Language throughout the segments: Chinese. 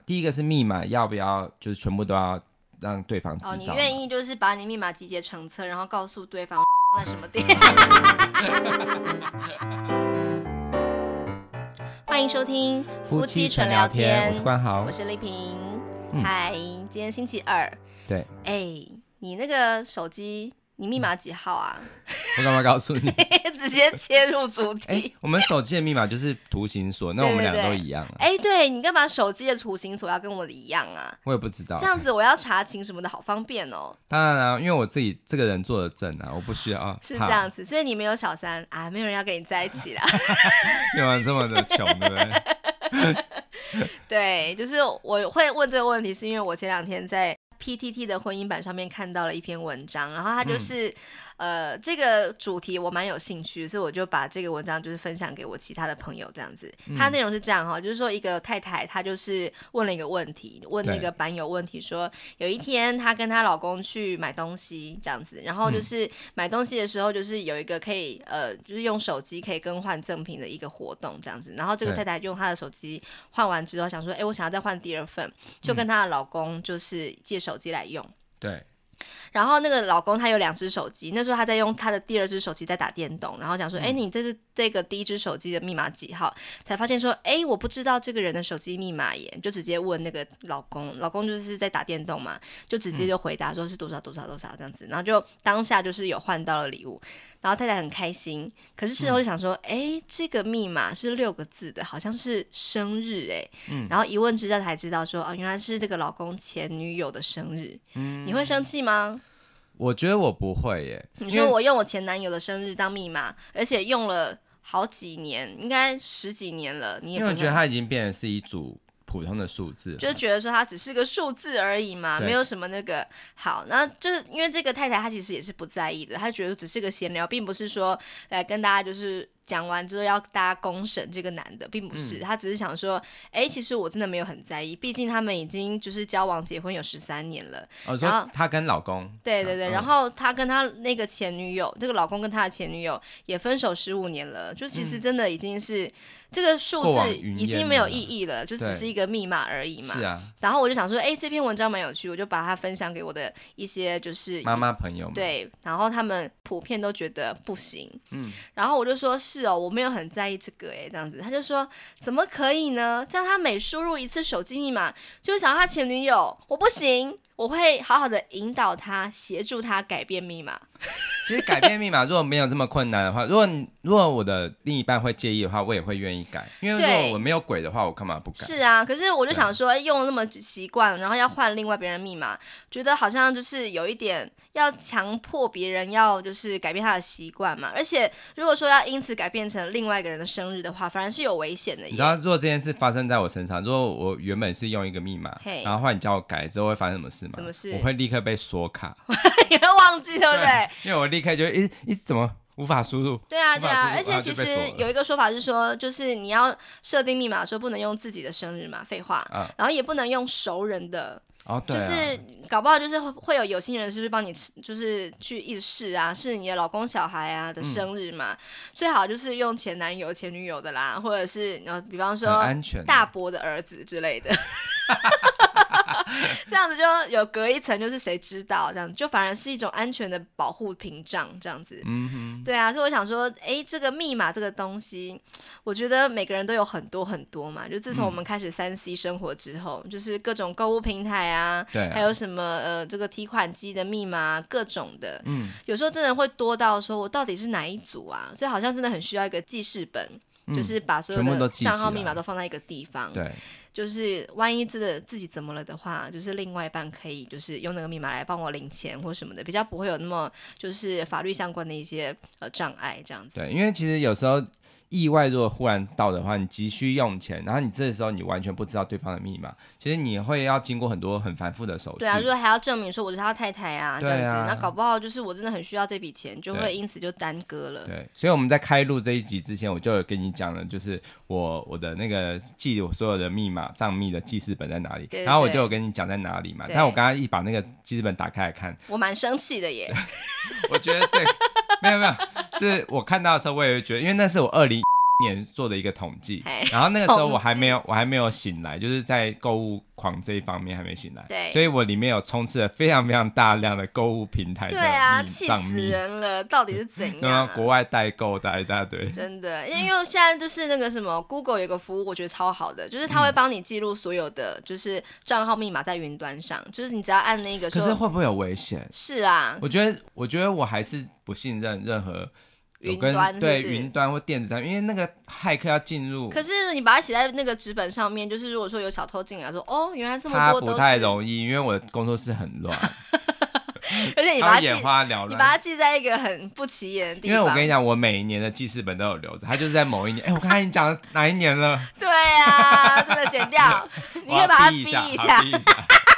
第一个是密码要不要就是全部都要让对方知道， 你愿意就是把你密码集结成册，然后告诉对方在什么店。欢迎收听夫妻纯聊天，我是冠豪， 我是丽萍。嗨，今天星期二。 对， 你那个手机你密码几号啊？ 我干嘛告诉你？ 直接切入主题。 我们手机的密码就是图形锁，那我们两个都一样啊。 对，你干嘛手机的图形锁要跟我的一样啊？ 我也不知道。 这样子我要查勤什么的好方便哦。 当然啊，因为我自己这个人做的正啊，我不需要。 是这样子，所以你没有小三啊，没有人要跟你在一起啦。 没有人这么的穷，对不对？ 对，就是我会问这个问题，是因为我前两天在 PTT 的婚姻版上面看到了一篇文章，然后它就是这个主题我蛮有兴趣，所以我就把这个文章就是分享给我其他的朋友这样子。它内容是这样哈，就是说一个太太她就是问了一个问题，问那个版友问题说，有一天她跟她老公去买东西这样子，然后就是买东西的时候就是有一个可以就是用手机可以更换赠品的一个活动这样子，然后这个太太用她的手机换完之后想说我想要再换第二份，就跟她的老公就是借手机来用。 对。 然后那个老公他有2只手机，那时候他在用他的第2只手机在打电动，然后讲说你这个第1只手机的密码几号，才发现说我不知道这个人的手机密码耶，就直接问那个老公，老公就是在打电动嘛，就直接就回答说是多少多少多少这样子，然后就当下就是有换到了礼物，然后太太很开心，可是事后就想说这个密码是6个字的，好像是生日然后一问之下才知道说原来是这个老公前女友的生日。你会生气吗？ 我觉得我不会耶。 你说我用我前男友的生日当密码，而且用了好几年，应该10几年了，你也不会？ 因为我觉得它已经变成是一组普通的数字， 就是觉得说它只是个数字而已嘛，没有什么那个好。那就是因为这个太太她其实也是不在意的，她觉得只是个闲聊，并不是说来跟大家就是讲完之后要大家公审这个男的，并不是，她只是想说其实我真的没有很在意，毕竟他们已经就是交往结婚有13年了。 然后她跟老公对对对，然后她跟她那个前女友，这个老公跟他的前女友也分手15年了，就其实真的已经是这个数字已经没有意义了，就只是一个密码而已嘛。 是啊。 然后我就想说这篇文章蛮有趣，我就把它分享给我的一些就是妈妈朋友们。 对，然后他们普遍都觉得不行。然后我就说是我没有很在意这个这样子。他就说怎么可以呢，这样他每输入一次手机密码就会想到他前女友，我不行，我会好好的引导他，协助他改变密码。 其实改变密码如果没有这么困难的话，如果我的另一半会介意的话，我也会愿意改，因为如果我没有鬼的话，我干嘛不改？是啊，可是我就想说用了那么习惯，然后要换另外别人的密码，觉得好像就是有一点要强迫别人要就是改变他的习惯嘛。而且如果说要因此改变成另外一个人的生日的话，反而是有危险的耶。 你知道如果这件事发生在我身上，如果我原本是用一个密码，然后后来你叫我改之后会发生什么事吗？ 什么事？ 我会立刻被锁卡。 你会忘记对不对？ 因为我立刻就一怎么无法输入。 对啊，而且其实有一个说法是说，就是你要设定密码的时候不能用自己的生日嘛，废话，然后也不能用熟人的。 对啊， 就是搞不好就是会有心人是不是帮你就是去一直试啊，是你的老公小孩啊的生日嘛，最好就是用前男友前女友的啦，或者是比方说大伯的儿子之类的。这样子就有隔一层，就是谁知道，这样子就反而是一种安全的保护屏障，这样子。对啊，所以我想说这个密码这个东西，我觉得每个人都有很多很多嘛，就自从我们开始3C 生活之后，就是各种购物平台啊，还有什么这个提款机的密码各种的，有时候真的会多到说我到底是哪一组啊，所以好像真的很需要一个记事本，就是把所有的账号密码都放在一个地方。 对， 就是万一真的自己怎么了的话，就是另外一半可以就是用那个密码来帮我领钱或什么的，比较不会有那么就是法律相关的一些障碍这样子。 对，因为其实有时候意外如果忽然到的话，你急需用钱，然后你这时候你完全不知道对方的密码，其实你会要经过很多很繁复的手续。 对啊，如果还要证明说我是他太太啊，这样子，那搞不好就是我真的很需要这笔钱，就会因此就耽搁了。 对，所以我们在开录这一集之前，我就有跟你讲了，就是我的那个记我所有的密码账密的记事本在哪里， 对对对， 然后我就有跟你讲在哪里嘛。但我刚刚一把那个记事本打开来看， 我蛮生气的耶。 我觉得没有，是我看到的时候我也会觉得，因为那是我年做的一个统计， 嘿然后那个时候我还统没有醒来，就是在购物狂这一方面还没醒来， 对所以我里面有充斥了非常非常大量的购物平台的对啊，气死账密， 人了，到底是怎样、 然啊后？国外代购的一大堆， 真的，因为现在就是那个什么 Google 有个服务，我觉得超好的，就是它会帮你记录所有的就是账号密码在云端上，就是你只要按那个说。 可是会不会有危险？ 是啊， 我觉得我还是不信任任何有跟云端是不对是云端或电子产品，因为那个骇客要进入， 可是你把它写在那个纸本上面，就是如果说有小偷进来说，哦，原来这么它多都是， 不太容易，因为我的工作室很乱， 而且你它会把它记， 眼花缭你把它乱。 记在一个很不起眼的地因方。 为我跟你讲，我每一年的记事本都有留着，它就是在某一年。我刚才你讲哪一年了？ 对啊，真的剪掉，你可以把它逼一下， 一下好，逼一下。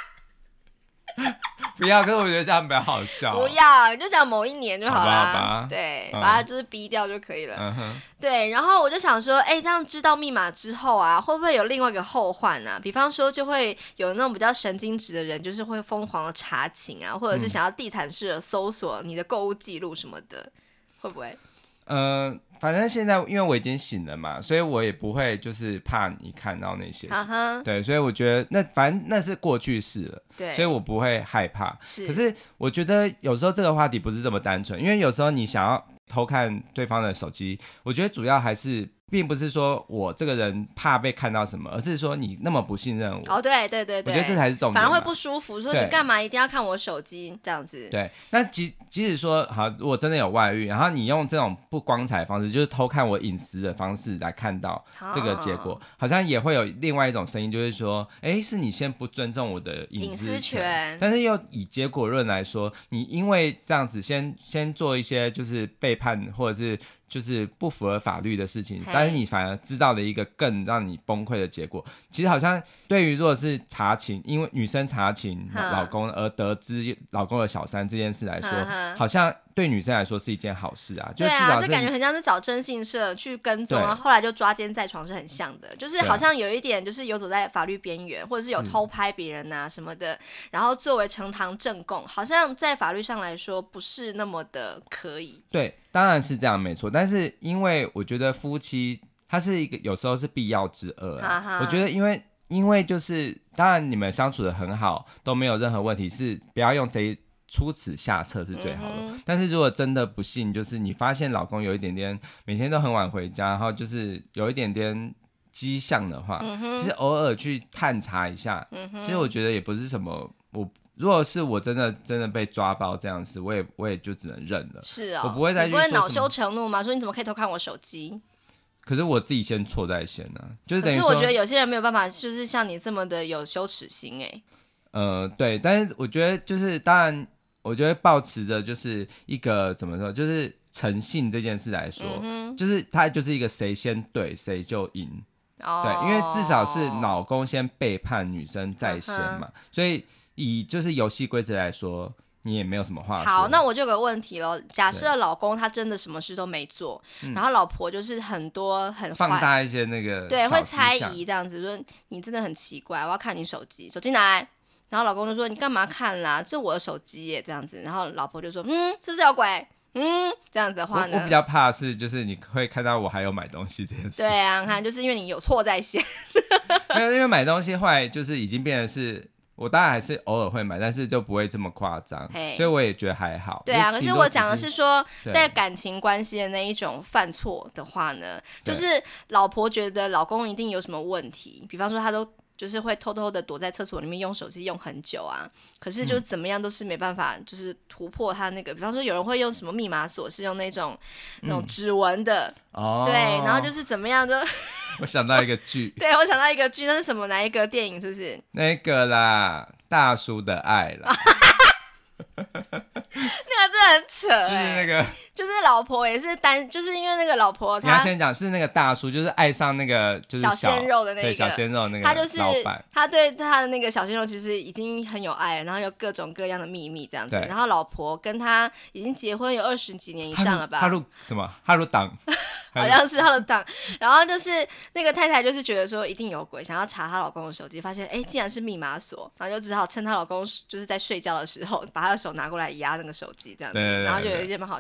不要，可是我觉得这样比较好笑。 不要，你就讲某一年就好啦。 好吧对， 嗯把它就是逼掉就可以了。 嗯哼， 对，然后我就想说，哎，这样知道密码之后啊，会不会有另外一个后患啊？比方说，就会有那种比较神经质的人，就是会疯狂的查寝啊，或者是想要地毯式的搜索你的购物记录什么的，会不会？ 反正现在因为我已经醒了嘛，所以我也不会就是怕你看到那些。 啊哈， 对，所以我觉得反正那是过去式了， 对， 所以我不会害怕。 是， 可是我觉得有时候这个话题不是这么单纯，因为有时候你想要偷看对方的手机，我觉得主要还是并不是说我这个人怕被看到什么，而是说你那么不信任我。 哦，对对对对， 我觉得这才是重点嘛， 反而会不舒服，说对你干嘛一定要看我手机这样子？ 对，那即使说好，如果真的有外遇，然后你用这种不光彩的方式，就是偷看我隐私的方式来看到这个结果，好像也会有另外一种声音，就是说，哎，是你先不尊重我的隐私权，但是又以结果论来说，你因为这样子先做一些就是背叛或者是就是不符合法律的事情，但是你反而知道了一个更让你崩溃的结果。其实好像对于如果是查寝，因为女生查寝老公而得知老公的小三这件事来说，好像对女生来说是一件好事啊。就对啊， 至少是这感觉很像是找征信社去跟踪， 对然后后来就抓奸在床是很像的，就是好像有一点就是游走在法律边缘，或者是有偷拍别人啊什么的，然后作为呈堂证供，好像在法律上来说不是那么的可以。 对，当然是这样没错，但是因为我觉得夫妻它是一个有时候是必要之恶啊。我觉得因为就是当然你们相处的很好，都没有任何问题，是不要用出此下策是最好的。但是如果真的不幸，就是你发现老公有一点点每天都很晚回家，然后就是有一点点迹象的话，其实偶尔去探查一下，其实我觉得也不是什么。如果是我真的被抓包这样子，我也就只能认了。 是啊， 我不会再去说什么你不会恼羞成怒吗？说你怎么可以偷看我手机？ 可是我自己先错在先啊，就是等于说， 可是我觉得有些人没有办法，就是像你这么的有羞耻心对，但是我觉得就是当然，我觉得抱持着就是一个怎么说，就是诚信这件事来说，就是它就是一个谁先对谁就赢。对，因为至少是老公先背叛女生在先嘛，所以以就是游戏规则来说，你也没有什么话说。 好，那我就有个问题了。假设老公他真的什么事都没做，然后老婆就是很放大一些那个对，会猜小迹象疑这样子，说你真的很奇怪，我要看你手机，手机拿来。然后老公就说你干嘛看啦？这我的手机耶，这样子。然后老婆就说是不是有鬼？这样子的话呢， 我比较怕的是就是你会看到我还有买东西这件事。 对啊，看就是因为你有错在先。 没有，因为买东西后来就是已经变成是。我当然还是偶尔会买，但是就不会这么夸张，所以我也觉得还好。 对啊，可是我讲的是说，在感情关系的那一种犯错的话呢，就是老婆觉得老公一定有什么问题，比方说他都就是会偷偷的躲在厕所里面用手机用很久啊，可是就怎么样都是没办法，就是突破他那个，比方说有人会用什么密码锁是用那种指纹的，对，然后就是怎么样就。 我想到一个剧， 对，我想到一个剧，那是什么？哪一个电影？是不是那个啦？大叔的爱啦。 那个真的很扯就是那个， 就是老婆也是就是因为那个老婆， 你要先讲是那个大叔，就是爱上那个就是小鲜肉的那个， 对小鲜肉那个他就是老板， 他对他的那个小鲜肉其实已经很有爱了，然后有各种各样的秘密这样子，然后老婆跟他已经结婚有20几年以上了吧？ 哈鲁什么？哈鲁党， 好像是他的党，然后就是那个太太就是觉得说一定有鬼，想要查她老公的手机，发现竟然是密码锁，然后就只好趁她老公就是在睡觉的时候，把他的手拿过来压那个手机这样子，然后就有一件蛮好笑的事情。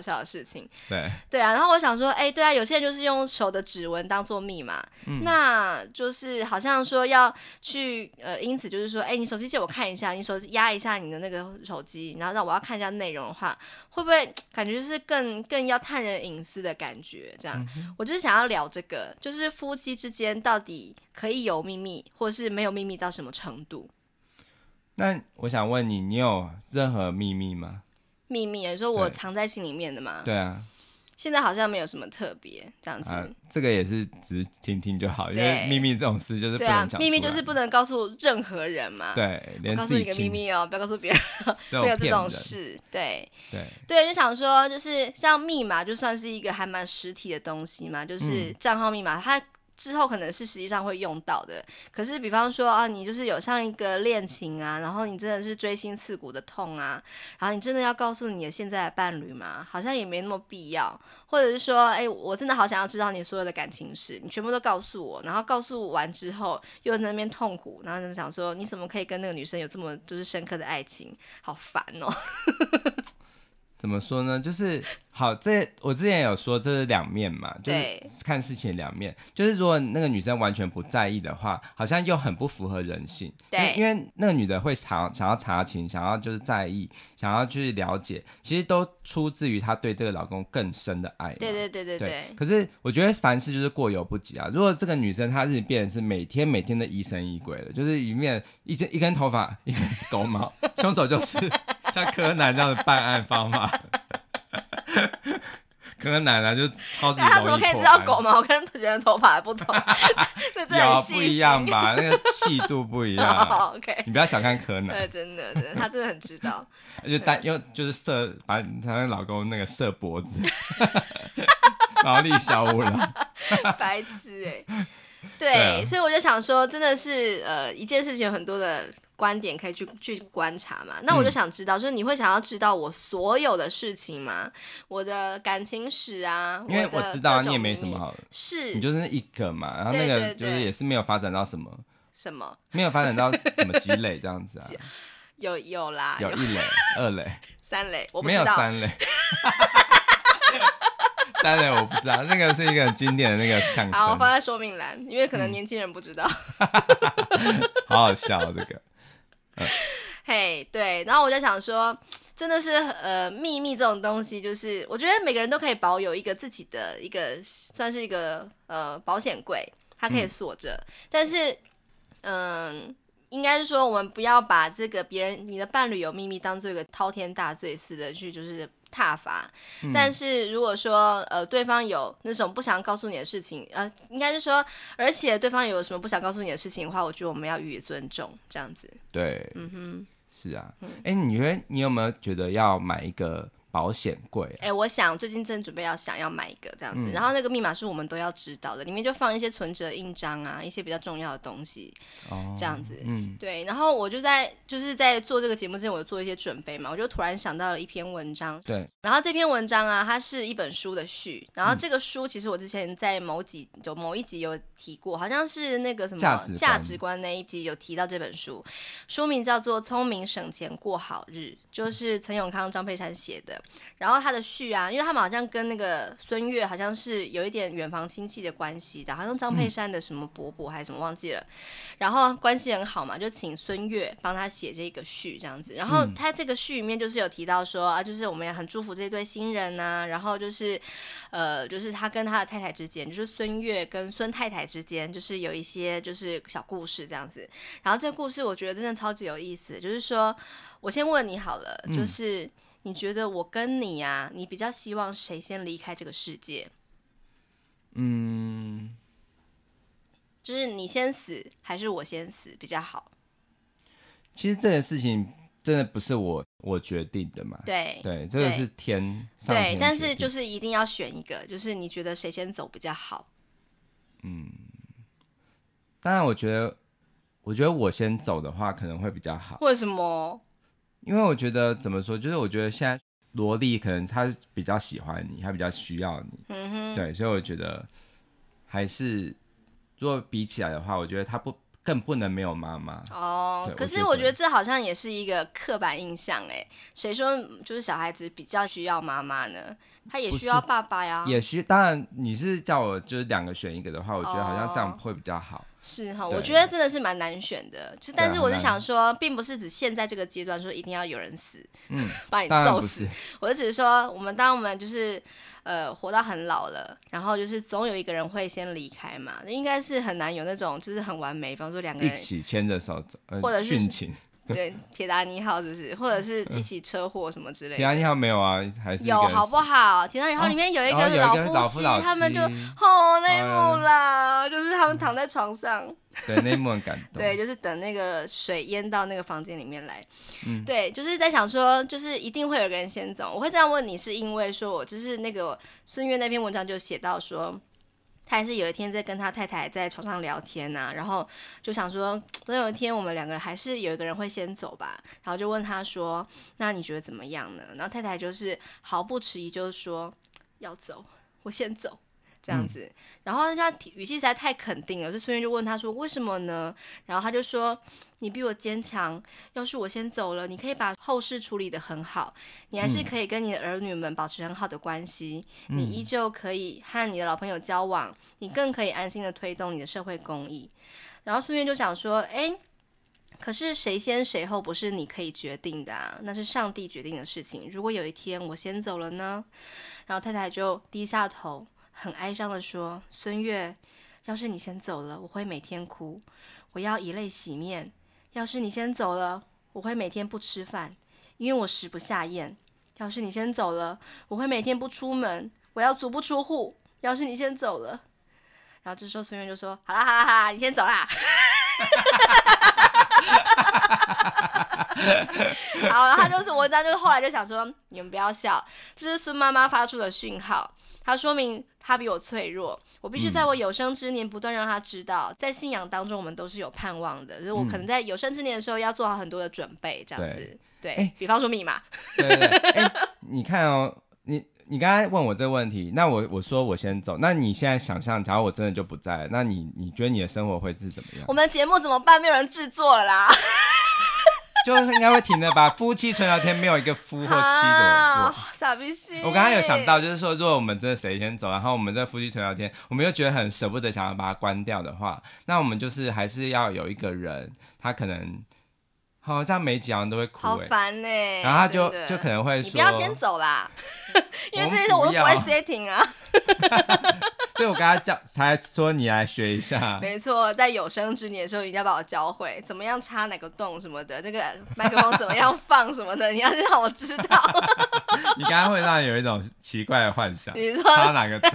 情。 对啊，然后我想说，对啊，有些人就是用手的指纹当做密码，那就是好像说要去因此就是说，你手机借我看一下，你手机压一下你的那个手机，然后让我要看一下内容的话，会不会感觉就是更要探人隐私的感觉？这样，我就是想要聊这个，就是夫妻之间到底可以有秘密，或是没有秘密到什么程度？ 那我想问你，你有任何秘密吗？ 秘密，你说我藏在心里面的吗？ 对啊， 现在好像没有什么特别这样子。 这个也是只是听听就好，因为秘密这种事就是不能讲出来。 秘密就是不能告诉任何人嘛。 对，连自己。我告诉你个秘密哦，不要告诉别人，没有这种事。对，就想说，就是像密码，就算是一个还蛮实体的东西嘛，就是账号密码，它之后可能是实际上会用到的，可是比方说你就是有上一个恋情啊，然后你真的是锥心刺骨的痛啊，然后你真的要告诉你的现在的伴侣吗？好像也没那么必要，或者是说我真的好想要知道你所有的感情史，你全部都告诉我，然后告诉完之后又在那边痛苦，然后就想说你怎么可以跟那个女生有这么就是深刻的爱情，好烦哦。 怎么说呢？就是好，我之前有说这是两面嘛，就是看事情两面。就是如果那个女生完全不在意的话，好像又很不符合人性。对，因为那个女的会想要查情，想要就是在意，想要去了解，其实都出自于她对这个老公更深的爱嘛。对。可是我觉得凡事就是过犹不及啊。如果这个女生她日变成是每天的疑神疑鬼的，就是里面一根头发，一根狗毛，凶手就是像柯南这样的办案方法。柯南啊，就超级容易破案。他怎么可以知道狗毛跟人的头发的不同？ 有不一样吧？那个细度不一样。 OK， 你不要小看柯南。 真的，他真的很知道。 就是把她老公那个射脖子，毛利小五郎， 白痴对，所以我就想说，真的是一件事情有很多的观点可以去观察嘛。那我就想知道，就是你会想要知道我所有的事情吗？我的感情史啊， 因为我知道你也没什么好的， 是你就是一个嘛，然后那个就是也是没有发展到什么，没有发展到什么积累这样子啊。 有啦， 有1垒、2垒、 3垒，我不知道。 没有3垒。3垒我不知道，那个是一个很经典的那个相声。 好，我放在说明栏，因为可能年轻人不知道。 好好笑这个。 对，然后我就想说，真的是秘密这种东西，就是我觉得每个人都可以保有一个自己的一个算是一个保险柜，它可以锁着。但是应该是说我们不要把这个你的伴侣有秘密当做一个滔天大罪似的去就是挞伐。但是如果说对方有那种不想告诉你的事情，应该是说，而且对方有什么不想告诉你的事情的话，我觉得我们要予以尊重，这样子。 对，是啊。你觉得你有没有觉得要买一个保险柜我想最近正准备想要买一个这样子，然后那个密码是我们都要知道的，里面就放一些存折印章啊，一些比较重要的东西，这样子。对。然后我就是在做这个节目之前，我有做一些准备嘛，我就突然想到了一篇文章。 对。 然后这篇文章啊，它是一本书的序，然后这个书其实我之前在某一集有提过，好像是那个什么价值观那一集有提到这本书，书名叫做《聪明省钱过好日》，就是陈永康、张佩珊写的。然后他的序啊，因为他们好像跟那个孙越好像是有一点远房亲戚的关系，好像张佩珊的什么伯伯还是什么忘记了，然后关系很好嘛，就请孙越帮他写这个序这样子。然后他这个序里面就是有提到说就是我们也很祝福这对新人啊，然后就是他跟他的太太之间，就是孙越跟孙太太之间，就是有一些就是小故事这样子。然后这个故事我觉得真的超级有意思，就是说我先问你好了，就是你觉得我跟你啊，你比较希望谁先离开这个世界？就是你先死还是我先死比较好？ 其实这件事情真的不是我决定的嘛。 对， 这个是上天决定。 对，但是就是一定要选一个，就是你觉得谁先走比较好？ 当然我觉得我先走的话可能会比较好。 为什么？ 因为我觉得怎么说，就是我觉得现在萝莉可能她比较喜欢你，她比较需要你。对，所以我觉得还是如果比起来的话，我觉得她更不能没有妈妈。 哦，可是我觉得这好像也是一个刻板印象哎，谁说就是小孩子比较需要妈妈呢？他也需要爸爸呀。 当然你是叫我就是2个选一个的话，我觉得好像这样会比较好。 是哈，我觉得真的是蛮难选的，但是我是想说，并不是指现在这个阶段说一定要有人死，把你揍死。我是只是说，当我们就是活到很老了，然后就是总有一个人会先离开嘛，应该是很难有那种就是很完美，比方说2个人一起牵着手走， 或者是殉情。 对，铁达尼号是不是？或者是一起车祸什么之类的？ 铁达尼号没有啊，还是有好不好？铁达尼号里面有一个老夫妻，他们就那一幕啦，就是他们躺在床上， 对，那一幕很感动。 对，就是等那个水淹到那个房间里面来。对，就是在想说，就是一定会有个人先走。我会这样问你，是因为说我就是那个孙悦那篇文章就写到说。他还是有一天在跟他太太在床上聊天啊，然后就想说，总有一天我们2个人还是有一个人会先走吧，然后就问他说，那你觉得怎么样呢？然后太太就是毫不迟疑，就是说要走，我先走。这样子，然后他语气实在太肯定了，所以孙悦就问他说为什么呢？然后他就说你比我坚强，要是我先走了，你可以把后事处理得很好，你还是可以跟你的儿女们保持很好的关系，你依旧可以和你的老朋友交往，你更可以安心的推动你的社会公益。然后孙悦就想说可是谁先谁后不是你可以决定的啊，那是上帝决定的事情，如果有一天我先走了呢？然后太太就低下头很哀伤的说，孙悦，要是你先走了，我会每天哭，我要以泪洗面。要是你先走了，我会每天不吃饭，因为我食不下咽。要是你先走了，我会每天不出门，我要足不出户。要是你先走了，然后这时候孙悦就说，好啦好啦好啦，你先走啦。好，然后他就是文章，就是后来就想说，你们不要笑，这是孙妈妈发出的讯号。它说明他比我脆弱，我必须在我有生之年不断让他知道，在信仰当中我们都是有盼望的，就是我可能在有生之年的时候要做好很多的准备，这样子。对，比方说密码。 对，你看哦，你刚才问我这个问题，那我说我先走，那你现在想象，假如我真的就不在了，那你觉得你的生活会是怎么样？ 我们的节目怎么办？没有人制作了啦。 就应该会停了吧？夫妻纯聊天没有一个夫或妻怎么做？ 傻逼心！ 我刚刚有想到，就是说，如果我们真的谁先走，然后我们这夫妻纯聊天，我们又觉得很舍不得，想要把它关掉的话，那我们就是还是要有一个人，他可能好像每几样都会哭， 好烦欸， 然后他就可能会说， 你不要先走啦，因为这些我都不会 setting 啊。 所以我跟他才说你来学一下。 没错，在有生之年的时候一定要把我教会怎么样插哪个洞什么的，这个麦克风怎么样放什么的，你要让我知道。 你刚刚会让人有一种奇怪的幻想， 你说插哪个洞？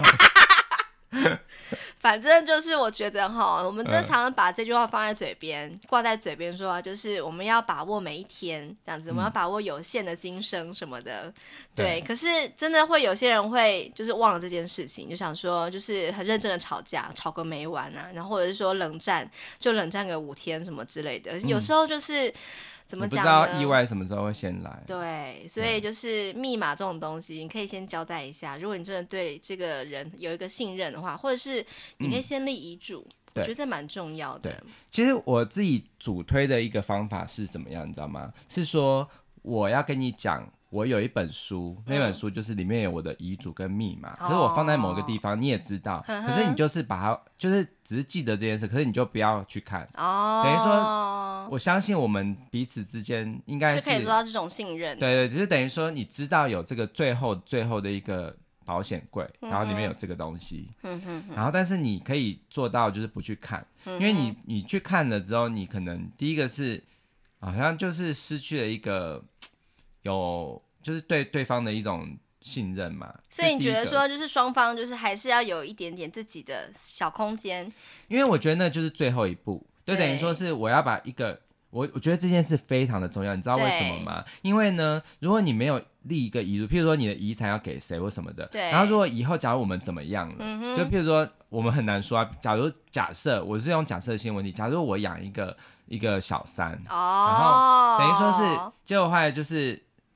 反正就是我觉得我们都常常把这句话放在嘴边，挂在嘴边说，就是我们要把握每一天，这样子，我们要把握有限的今生什么的。对，可是真的会有些人会就是忘了这件事情，就想说就是很认真的吵架，吵个没完啊，然后或者是说冷战，就冷战个5天什么之类的。有时候就是怎么讲呢？ 不知道意外什么时候会先来。 对，所以就是密码这种东西，你可以先交代一下。如果你真的对这个人有一个信任的话，或者是你可以先立遗嘱，我觉得这蛮重要的。 对，其实我自己主推的一个方法是怎么样，你知道吗？是说我要跟你讲，我有一本书，那本书就是里面有我的遗嘱跟密码，可是我放在某个地方，你也知道，可是你就是把它，就是只是记得这件事，可是你就不要去看。等于说，我相信我们彼此之间应该是可以做到这种信任。 对，就是等于说你知道有这个最后的一个保险柜，然后里面有这个东西，然后但是你可以做到就是不去看，因为你去看了之后，你可能第一个是好像就是失去了一个就是对对方的一种信任嘛。 所以你觉得说就是双方就是还是要有一点点自己的小空间， 因为我觉得那就是最后一步，就等于说是我要把一个我觉得这件事非常的重要，你知道为什么吗？因为呢，如果你没有立一个遗嘱，譬如说你的遗产要给谁或什么的，然后如果以后假如我们怎么样了，就譬如说我们很难说啊。假设我是用假设性问题，假如我养一个小三，然后等于说是结果后来就是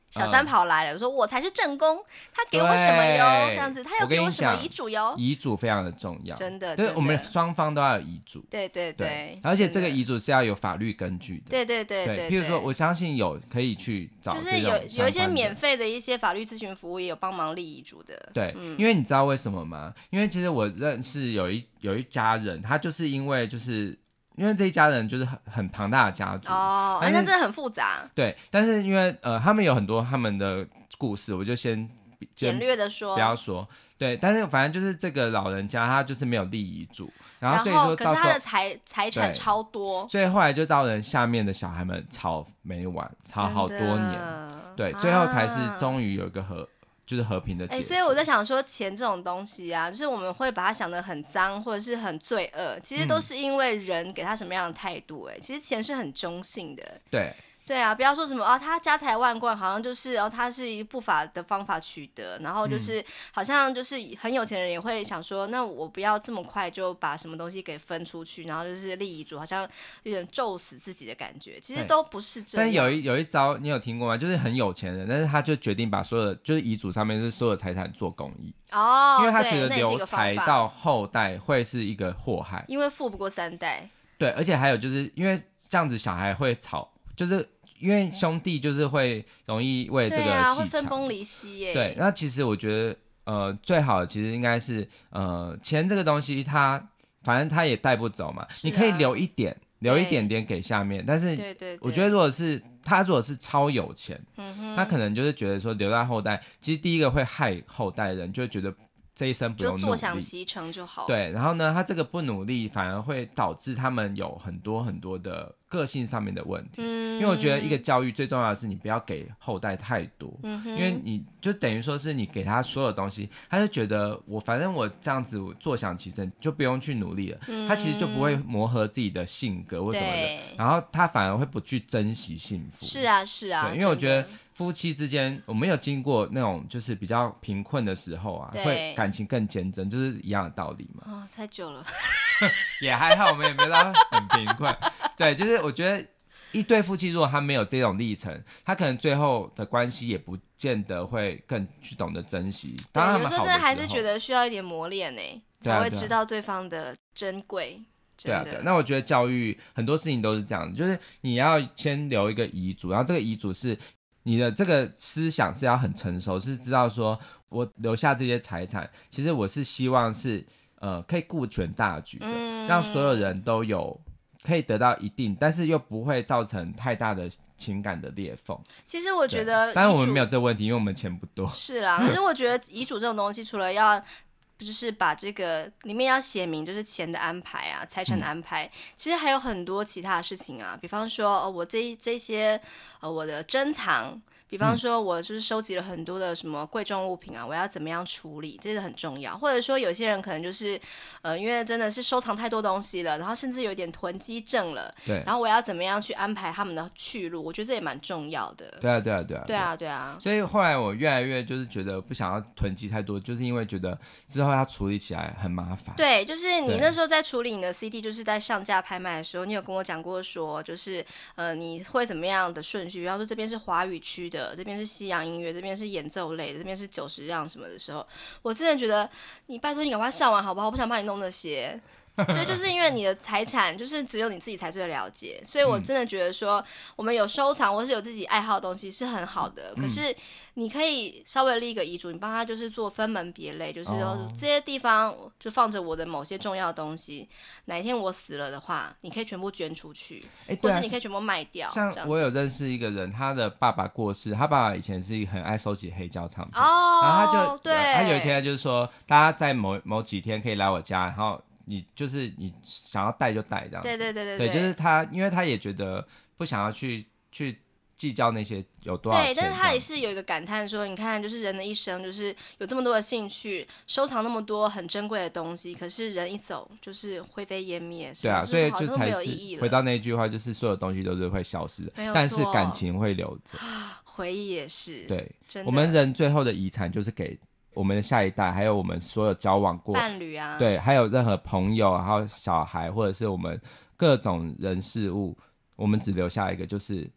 小三跑来了，说我才是正宫，他给我什么哟？这样子，他有给我什么遗嘱哟？ 遗嘱非常的重要， 真的， 对，我们双方都要有遗嘱。 对， 而且这个遗嘱是要有法律根据的。 对。 譬如说，我相信可以去找， 就是有一些免费的一些法律咨询服务，也有帮忙立遗嘱的。 对，因为你知道为什么吗？因为其实我认识有一家人，他就是因为这一家人就是很庞大的家族哦，那真的很复杂。 对，但是因为他们有很多他们的故事，我就先简略的说， 不要说。对，但是反正就是这个老人家他就是没有立遗嘱，然后所以说可是他的财产超多， 所以后来就到人下面的小孩们吵没完，吵好多年，对，最后才是终于有一个就是和平的解决。 所以我在想说，钱这种东西啊，就是我们会把它想得很脏或者是很罪恶，其实都是因为人给他什么样的态度。其实钱是很中性的。对啊，不要说什么他家财万贯，好像就是他是以不法的方法取得，然后就是好像就是很有钱的人也会想说，那我不要这么快就把什么东西给分出去，然后就是立遗嘱，好像有点咒死自己的感觉，其实都不是这样。 但有一招你有听过吗？就是很有钱人，但是他就决定把所有的就是遗嘱上面是所有财产做公益。因为他觉得留财到后代会是一个祸害， 因为富不过3代。 对，而且还有就是因为这样子小孩会吵，就是因为兄弟就是会容易为这个戏会分崩离析耶。 对，那其实我觉得最好的其实应该是钱这个东西反正他也带不走嘛，你可以留一点点给下面，但是我觉得如果是超有钱，他可能就是觉得说留在后代，其实第一个会害后代人，就会觉得这一生不用努力， 就坐享其成就好。 对，然后呢，他这个不努力反而会导致他们有很多很多的个性上面的问题。因为我觉得一个教育最重要的是你不要给后代太多，因为你就等于说是你给他所有东西，他就觉得反正我这样子坐享其成，就不用去努力了，他其实就不会磨合自己的性格或什么的，然后他反而会不去珍惜幸福。 是啊， 对，因为我觉得夫妻之间，我们有经过那种就是比较贫困的时候啊，会感情更坚贞，就是一样的道理嘛。 太久了， 也还好，我们也没有到很贫困。对，就是我觉得一对夫妻如果他没有这种历程，他可能最后的关系也不见得会更去懂得珍惜。当然他们好的时候， 有时候真的还是觉得需要一点磨练才会知道对方的珍贵。 对啊，那我觉得教育很多事情都是这样，就是你要先留一个遗嘱，然后这个遗嘱是你的这个思想是要很成熟，是知道说我留下这些财产，其实我是希望是可以顾全大局的，让所有人都有可以得到一定，但是又不会造成太大的情感的裂缝。 其实我觉得， 当然我们没有这个问题，因为我们钱不多。 是啦，可是我觉得遗嘱这种东西，除了要就是把这个里面要写明就是钱的安排啊，财产的安排，其实还有很多其他的事情啊，比方说我这些我的珍藏。比方说，我就是收集了很多的什么贵重物品啊，我要怎么样处理，这个很重要。或者说，有些人可能就是，因为真的是收藏太多东西了，然后甚至有点囤积症了， 对。 然后我要怎么样去安排他们的去路？我觉得这也蛮重要的。对啊。 所以后来我越来越就是觉得不想要囤积太多，就是因为觉得之后要处理起来很麻烦。 对，就是你那时候在处理你的 CD， 就是在上架拍卖的时候，你有跟我讲过说，就是你会怎么样的顺序？比方说这边是华语区的。这边是西洋音乐，这边是演奏类的，这边是90样什么的时候，我真的觉得你拜托你赶快上完好不好？我不想帮你弄那些。对，就是因为你的财产就是只有你自己才最了解，所以我真的觉得说我们有收藏或是有自己爱好的东西是很好的，可是你可以稍微立一个遗嘱，你帮他就是做分门别类，就是说这些地方就放着我的某些重要的东西，哪一天我死了的话，你可以全部捐出去，或是你可以全部卖掉。 像我有认识一个人，他的爸爸过世，他爸爸以前是一个很爱收集黑胶唱片，然后他有一天就是说，大家在某几天可以来我家，然后你想要带就带这样子，对，就是他，因为他也觉得不想要去计较那些有多少钱， 对，但是他也是有一个感叹说，你看，就是人的一生，就是有这么多的兴趣，收藏那么多很珍贵的东西，可是人一走就是灰飞烟灭， 对啊，所以就才是回到那句话，就是所有东西都是会消失的，但是感情会留着， 回忆也是， 对，我们人最后的遗产就是给我们的下一代，还有我们所有交往过伴侣啊， 对，还有任何朋友，然后小孩，或者是我们各种人事物，我们只留下一个，就是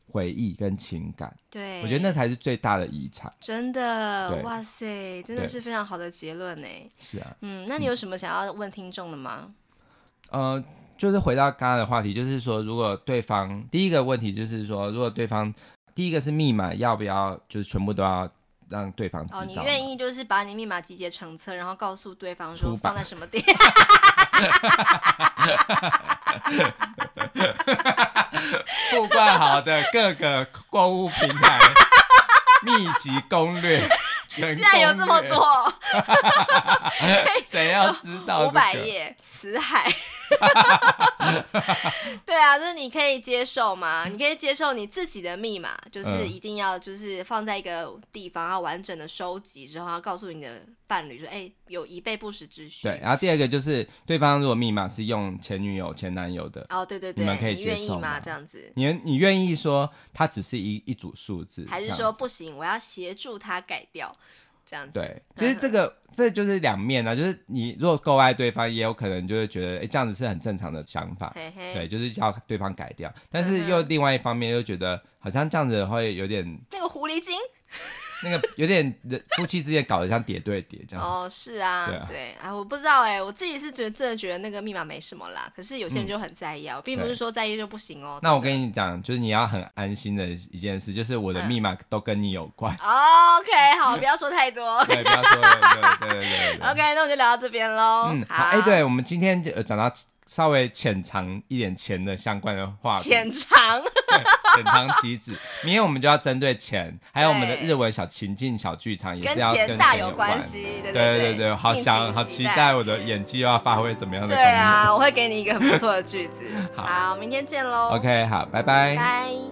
回忆跟情感。 对， 我觉得那才是最大的遗产。 真的，哇塞，真的是非常好的结论呢。 是啊， 那你有什么想要问听众的吗？ 就是回到刚刚的话题，就是说，如果对方第一个问题就是说，如果对方第一个是密码要不要就是全部都要让对方知道？ 你愿意就是把你密码集结成册，然后告诉对方说放在什么地？ 布挂好的各个购物平台秘籍攻略。竟然有这么多， 谁要知道 ？500页辞海。对啊，就是你可以接受吗？你可以接受你自己的密码，就是一定要就是放在一个地方，要完整的收集之后，要告诉你的伴侣说，有以备不时之需。 对，然后第二个就是对方如果密码是用前女友、前男友的， 对对对， 你们可以接受吗？ 你愿意吗？这样子， 你愿意说它只是一组数字， 还是说不行，我要协助他改掉？这样子。 对，其实这就是两面啊，就是你如果够爱对方，也有可能就会觉得，这样子是很正常的想法， 嘿嘿， 对，就是叫对方改掉。但是又另外一方面又觉得，好像这样子会有点那个狐狸精。 那个有点夫妻之间搞得像叠对叠这样子。 是啊，对啊，我不知道我自己是真的觉得那个密码没什么啦，可是有些人就很在意我并不是说在意就不行哦。 那我跟你讲，就是你要很安心的一件事，就是我的密码都跟你有关。 OK， 好，不要说太多。 对，不要说对。 OK， 那我就聊到这边咯。 好，对，我们今天就讲到稍微浅尝一点钱的相关的话题。 浅尝。 浅尝即止。明天我们就要针对钱，还有我们的日文小情境小剧场，也是要跟钱大有关系。 对，好期待我的演技要发挥什么样的功能。 对啊，我会给你一个很不错的句子。好，明天见喽。 OK， 好，拜拜。 拜。